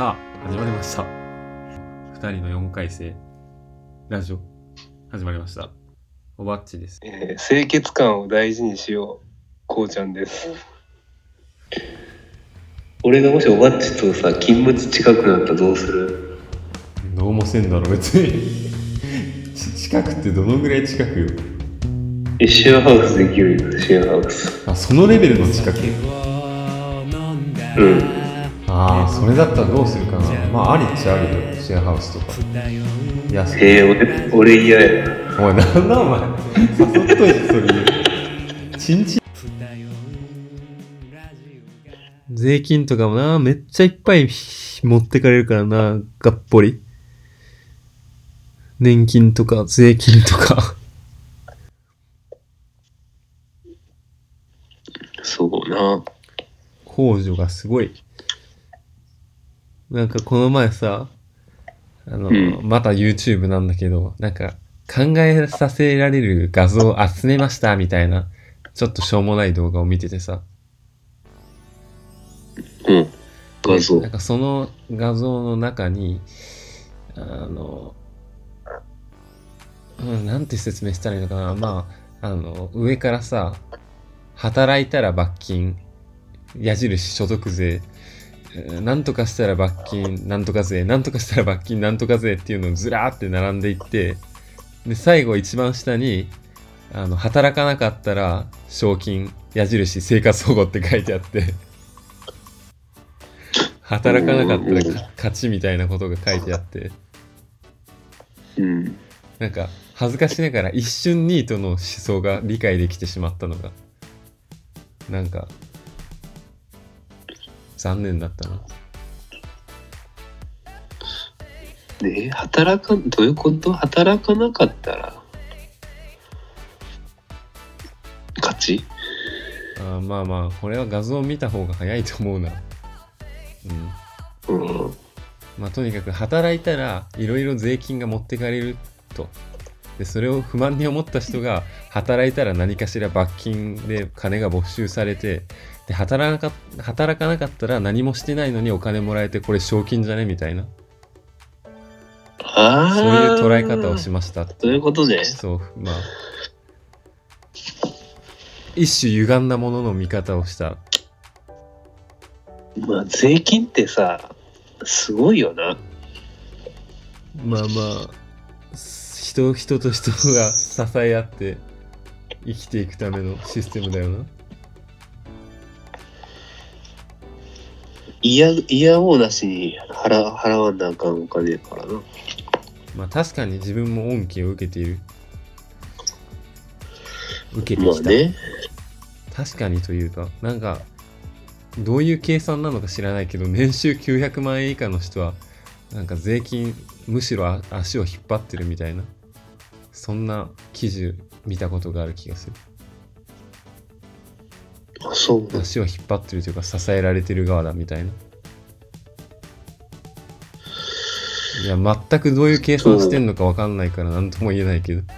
さあ、始まりました。二人の4回生ラジオ始まりました。おばっちです。 清潔感を大事にしよう、こうちゃんです。俺がもしおばっちとさ、勤務地近くなったらどうする？ どうもせんだろ別に近くってどのぐらい近くよ。 シェアハウスできるよ、シェアハウス。 あ、そのレベルの近く。 うん。 ああ、それだったらどうするかな。まあありっちゃあるよ、シェアハウスとか。安く。 俺嫌や。 お前なんだお前、誘っといてそれ言う。ちんちん税金とかもな、めっちゃいっぱい持ってかれるからな、がっぽり。年金とか税金とか。 そうな。 控除がすごい。なんかこの前さ、また YouTube なんだけど、なんか考えさせられる画像を集めましたみたいな、ちょっとしょうもない動画を見ててさ。 うん。画像。 なんかその画像の中に、なんて説明したらいいのかな。まあ、上からさ、働いたら罰金、矢印所得税、なんとかしたら罰金、なんとか税、なんとかしたら罰金、なんとか税っていうのをずらーって並んでいって、で、最後一番下に、働かなかったら賞金、矢印、生活保護って書いてあって、働かなかったら勝ちみたいなことが書いてあって、 うん。 なんか、恥ずかしながら一瞬ニートの思想が理解できてしまったのが、なんか、残念だったな。 どういうこと？働かなかったら勝ち？ まあまあ、これは画像を見た方が早いと思うな。 うん。 まあとにかく働いたらいろいろ税金が持ってかれると。で、それを不満に思った人が働いたら何かしら罰金で金が没収されて、で、働かなかったら何もしてないのにお金もらえて、これ賞金じゃねみたいな。そういう捉え方をしましたって。 そういうことね。 そう、まあ。一種歪んだものの見方をした。 まあ税金ってさ、すごいよな。 まあまあ、人と人が支え合って生きていくためのシステムだよな。 嫌おうなしに払わんなあかんお金やからな。 まあ確かに自分も恩恵を受けている。受けてきた。 まあね。 確かにというか、なんか、どういう計算なのか知らないけど、年収900万円以下の人は、なんか税金、むしろ足を引っ張ってるみたいな、そんな記事見たことがある気がする。 あ、そう足を引っ張ってるというか、支えられてる側だみたいな。いや、全くどういう計算してんのかわかんないから何とも言えないけど。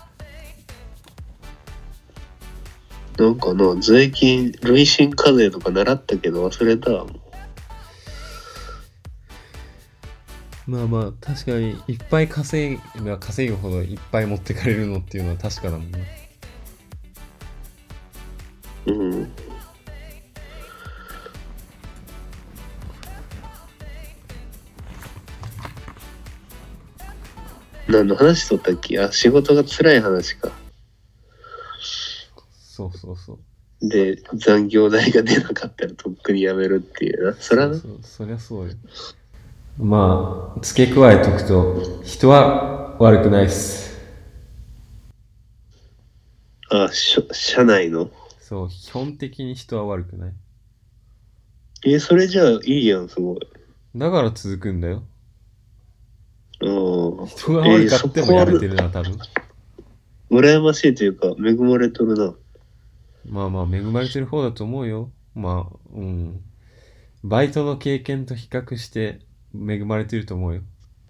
なんかな、税金、累進課税とか習ったけど忘れたわ。 まあまあ、確かにいっぱい稼ぐほどいっぱい持ってかれるのっていうのは確かだもんね。 うん。何の話しとったっけ？あ、仕事が辛い話か。 そうそうそう。 で、残業代が出なかったらとっくに辞めるっていうな。そらな。 そりゃそうよ。まあ、付け加えとくと、人は悪くないっす。 あ、社内の。 そう、基本的に人は悪くない。 それじゃあいいやん、すごい。 だから続くんだよ。 うん。 人が悪かってもやめてるな、多分。 羨ましいというか、恵まれとるな。 まあまあ、恵まれてる方だと思うよ。まあ、バイトの経験と比較して恵まれてると思うよ。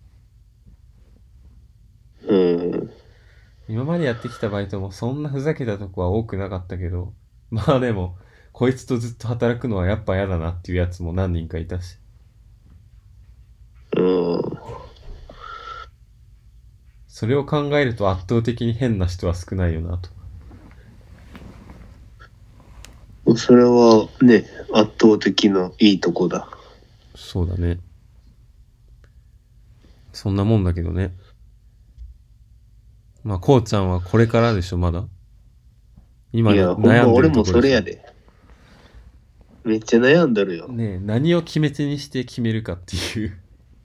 うん。 今までやってきたバイトもそんなふざけたとこは多くなかったけど、まあでも、こいつとずっと働くのはやっぱ嫌だなっていうやつも何人かいたし。 それを考えると圧倒的に変な人は少ないよなと。 それはね、圧倒的ないいとこだ。 そうだね。そんなもんだけどね。まあ、こうちゃんはこれからでしょ、まだ。今いや、ほんま悩んで俺もるところでしょ。 それやで。めっちゃ悩んどるよ。 ねえ、何を決め手にして決めるかっていう。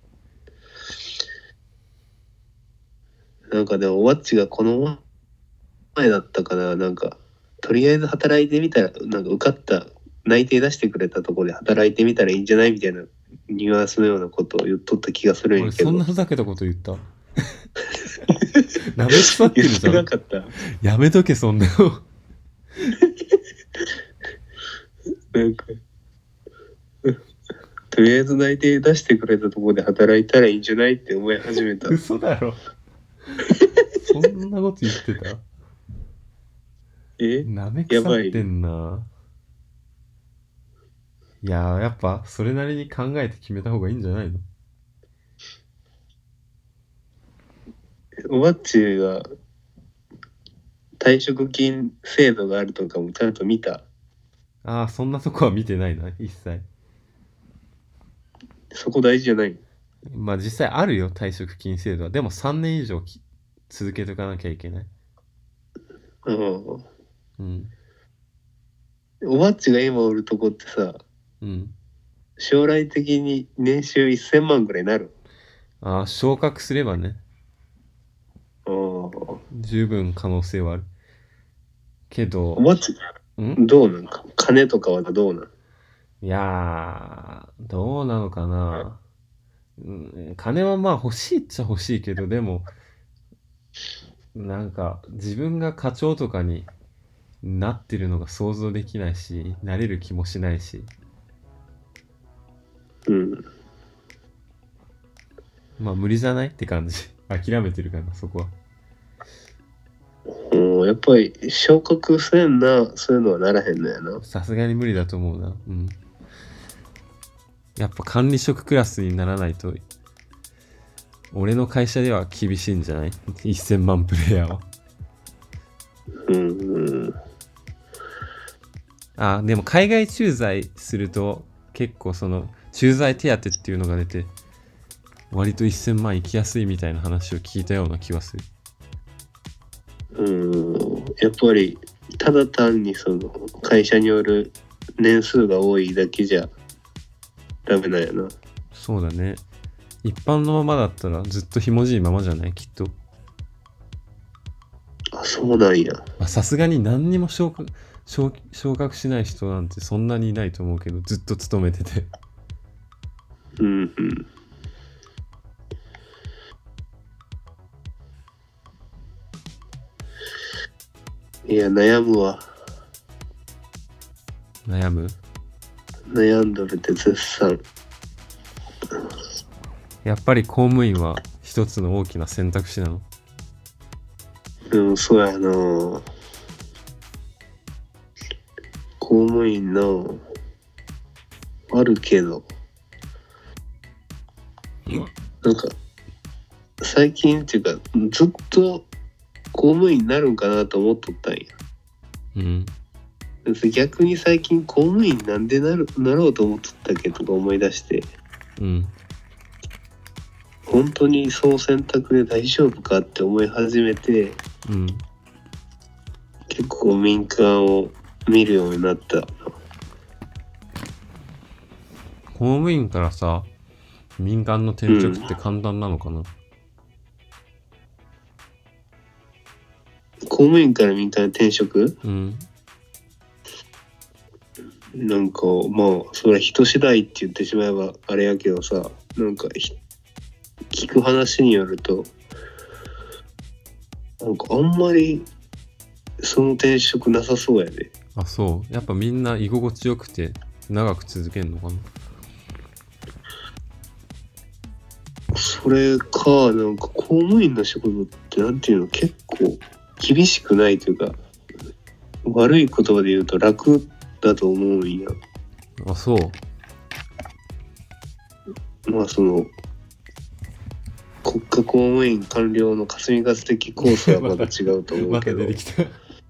なんかでも、ワッチがこの前だったかな、なんか、とりあえず働いてみたら、なんか受かった、内定出してくれたところで働いてみたらいいんじゃないみたいなニュアンスのようなことを言っとった気がするんやけど。 俺そんなふざけたこと言った？なめくさってるじゃん。 言ってなかった。 やめとけ、そんなの。 なんか、とりあえず内定出してくれたところで働いたらいいんじゃないって思い始めた。 嘘だろ。そんなこと言ってた？なめくさってんな。いやー、やっぱそれなりに考えて決めた方がいいんじゃないの？ ワッチが退職金制度があるとかもちゃんと見た。 ああ、そんなとこは見てないな、一切。 そこ大事じゃない。 まあ実際あるよ、退職金制度は。でも3年以上続けとかなきゃいけない。 うん。 うん。 ワッチが今おるとこってさ、 うん。 将来的に年収1000万ぐらいになる。 ああ、昇格すればね、十分可能性はある。けど、 ワッチ、どうなんか金とかはどうなん？ いやー、どうなのかな。金はまあ欲しいっちゃ欲しいけど、でも、なんか自分が課長とかになってるのが想像できないし、なれる気もしないし。 うん。 まあ無理じゃないって感じ。諦めてるかな、そこは。 やっぱり昇格せんな、そういうのはならへんのやな。 さすがに無理だと思うな。うん。やっぱ管理職クラスにならないと、俺の会社では厳しいんじゃない？ 1000 万プレイヤーは。あ、でも海外駐在すると結構その駐在手当っていうのが出て、割と1000万行きやすいみたいな話を聞いたような気はする。 やっぱりただ単にその会社による年数が多いだけじゃダメなんやな。 そうだね。一般のままだったらずっとひもじいままじゃない？きっと。 あ、そうなんや。 さすがに何にも昇格しない人なんてそんなにいないと思うけど、ずっと勤めてて。 いや、悩むわ。 悩んどるって絶賛。 やっぱり公務員は一つの大きな選択肢なの？ そうやな。公務員のあるけど、なんか最近っていうかずっと公務員になるんかなと思っとったんや。逆に最近公務員なんでなろうと思っとったっけとか思い出して、本当にそう選択で大丈夫かって思い始めて、結構民間を見るようになった。 公務員からさ、民間の転職って簡単なのかな？ 公務員から民間に転職？なんかまあそれは人次第って言ってしまえばあれやけどさ、なんか聞く話によると、なんかあんまりその転職なさそうやで。 あ、そう。やっぱみんな居心地よくて長く続けるのかな？ それか、なんか公務員の仕事ってなんていうの、結構厳しくないというか、悪い言葉で言うと楽だと思うんや。 あ、そう。 まあその国家公務員官僚の霞が的コースはまた違うと思まうけど、 た出てきた。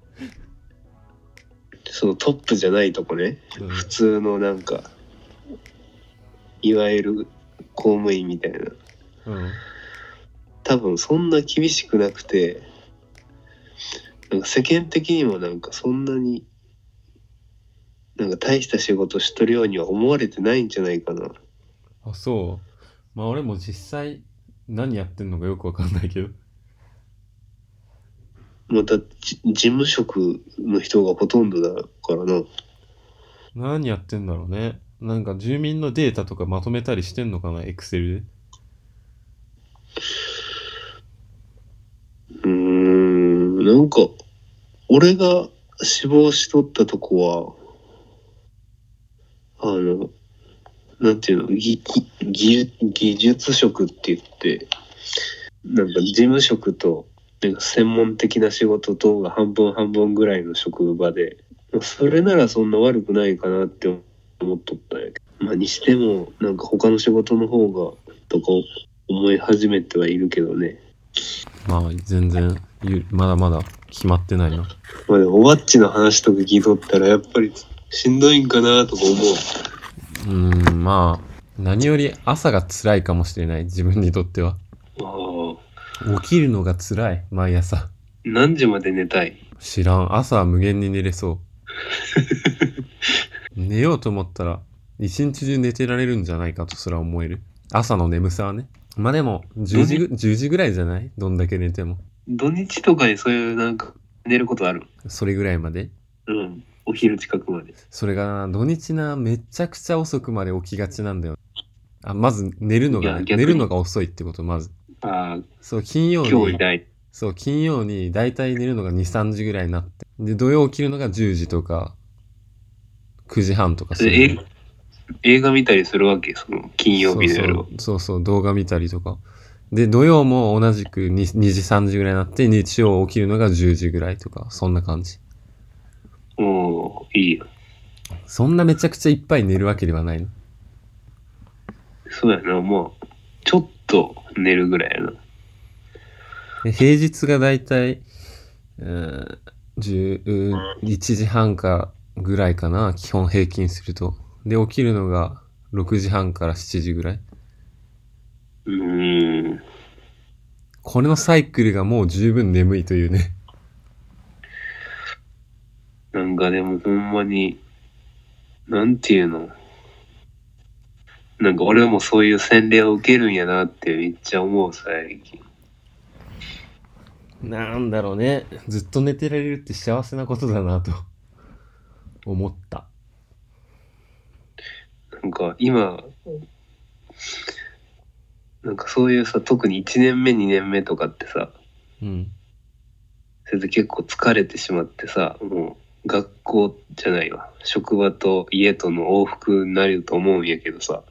そのトップじゃないとこね、 うん普通のなんかいわゆる公務員みたいな、 うん多分そんな厳しくなくて、なんか世間的にもなんかそんなになんか大した仕事しとるようには思われてないんじゃないかな。 あ、そう。まあ俺も実際何やってんのかよくわかんないけど。 また事務職の人がほとんどだからな。 何やってんだろうね。なんか住民のデータとかまとめたりしてんのかな、エクセルで。 なんか俺が志望しとったとこはなんていうの、技術職って言って、なんか事務職となんか専門的な仕事とが半分半分ぐらいの職場で、それならそんな悪くないかなって思っとったんやけど、まあにしてもなんか他の仕事の方がとか思い始めてはいるけどね。 まあ全然まだまだ決まってないな。 まあでもおばっちの話とか聞いとったらやっぱりしんどいんかなとか思う。 まあ何より朝が辛いかもしれない、自分にとっては。起きるのが辛い、毎朝。 何時まで寝たい？ 知らん。朝は無限に寝れそう。寝ようと思ったら一日中寝てられるんじゃないかとすら思える。朝の眠さはね。まあでも10時ぐらいじゃない？どんだけ寝ても。 土日とかにそういうなんか寝ることある？ それぐらいまで。 お昼近くまで。 それがな、土日な、めちゃくちゃ遅くまで起きがちなんだよ。まず寝るのがね、寝るのが遅いってこと、まず。そう、金曜にだいたい寝るのが2、3時ぐらいになって。で、土曜起きるのが10時とか、9時半とかする。 映画見たりするわけ？その金曜日の夜は。 そう、動画見たりとか。で、土曜も同じく 2時、3時ぐらいになって、日曜起きるのが10時ぐらいとか、そんな感じ。 いいよ。 そんなめちゃくちゃいっぱい寝るわけではないの。 そうやな、もう、ちょっと寝るぐらいやな。 平日がだいたい、11時半かぐらいかな、基本平均すると。で、起きるのが6時半から7時ぐらい。これのサイクルがもう十分眠いというね。 なんかでもほんまに、なんていうの、なんか俺もそういう洗礼を受けるんやなってめっちゃ思う最近。 なんだろうね。ずっと寝てられるって幸せなことだなと思った。 なんか今、なんかそういうさ、特に1年目2年目とかってさ、それで結構疲れてしまってさ、もう学校じゃないわ、職場と家との往復になると思うんやけどさ、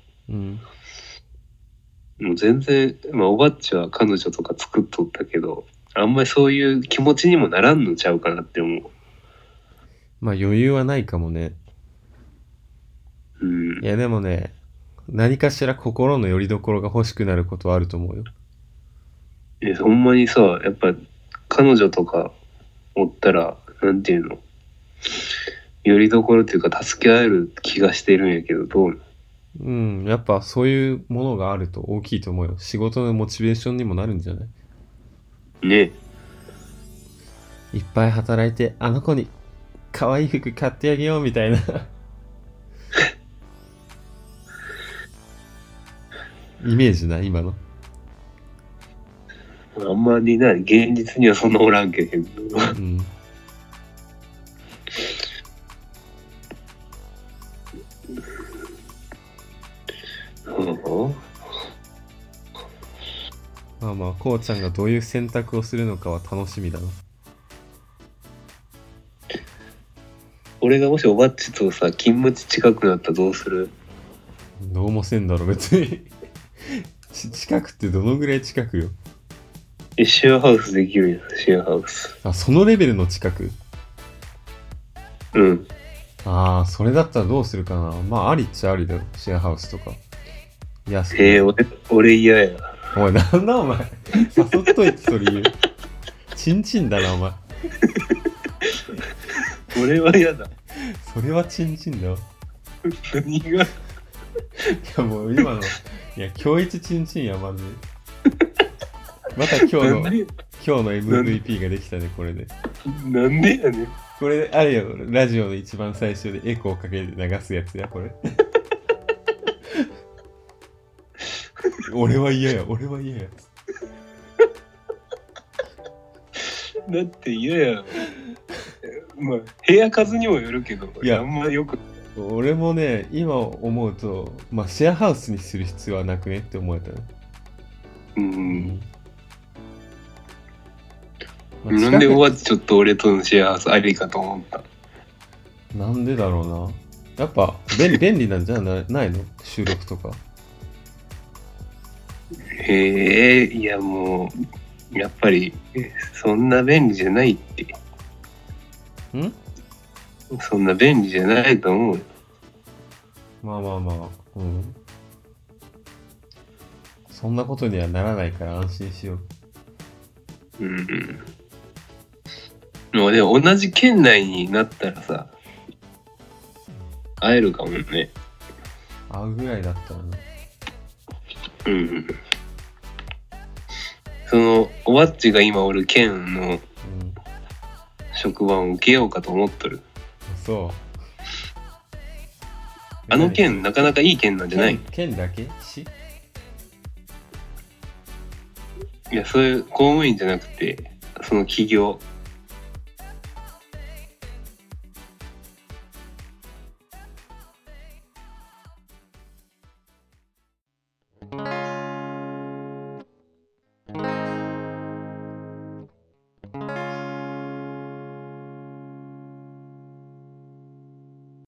もう全然、まあおばっちは彼女とか作っとったけど、あんまりそういう気持ちにもならんのちゃうかなって思う。 まあ余裕はないかもね。いやでもね、何かしら心の拠り所が欲しくなることはあると思うよ。 ほんまにさ、やっぱ彼女とかおったら、なんていうの、拠り所っていうか助け合える気がしてるんやけど、どう？ やっぱそういうものがあると大きいと思うよ。仕事のモチベーションにもなるんじゃない？ ね。 いっぱい働いて、あの子に可愛い服買ってあげようみたいなイメージな、今の。 あんまりな、現実にはそんなおらんけど。 まあ、こうちゃんがどういう選択をするのかは楽しみだな。 俺がもしおばっちとさ、勤務地近くなったらどうする？ どうもせんだろ、別に近くってどのぐらい近くよ？ シェアハウスできるやん、シェアハウス。 そのレベルの近く？それだったらどうするかな。まあ、ありっちゃありだよ、シェアハウスとか。 俺嫌や。 おい、なんだお前。誘っといてそれ言う。チンチンだな、お前。 俺は嫌だ。 それはチンチンだわ。 何が？ いやもう今の、いや、今日一チンチンや、まず。また今日のなんで MVP ができたね、これで。 なんでやねん。 これ、あれよ、ラジオの一番最初でエコーかけて流すやつや、これ。俺は嫌や、俺は嫌や。 だって嫌や。まあ部屋数にもよるけど、 いやあんまよく。 俺もね、今思うと、まあ、シェアハウスにする必要はなくねって思えたね。まあなんでおばちょっと俺とのシェアハウスありかと思った。 なんでだろうな。やっぱ便利なんじゃないの収録とか。 へえ、いやもう、やっぱり、そんな便利じゃないって。 んそんな便利じゃないと思うよ。 まあまあまあ、うん。そんなことにはならないから安心しよう。 もうでも同じ県内になったらさ、会えるかもね。 会うぐらいだったらね。 その、おばっちが今おる県のうん。 職場を受けようかと思っとる。 そう。 あの県なかなかいい県なんじゃない？ 県だけ市？ いや、そういう公務員じゃなくて、その企業。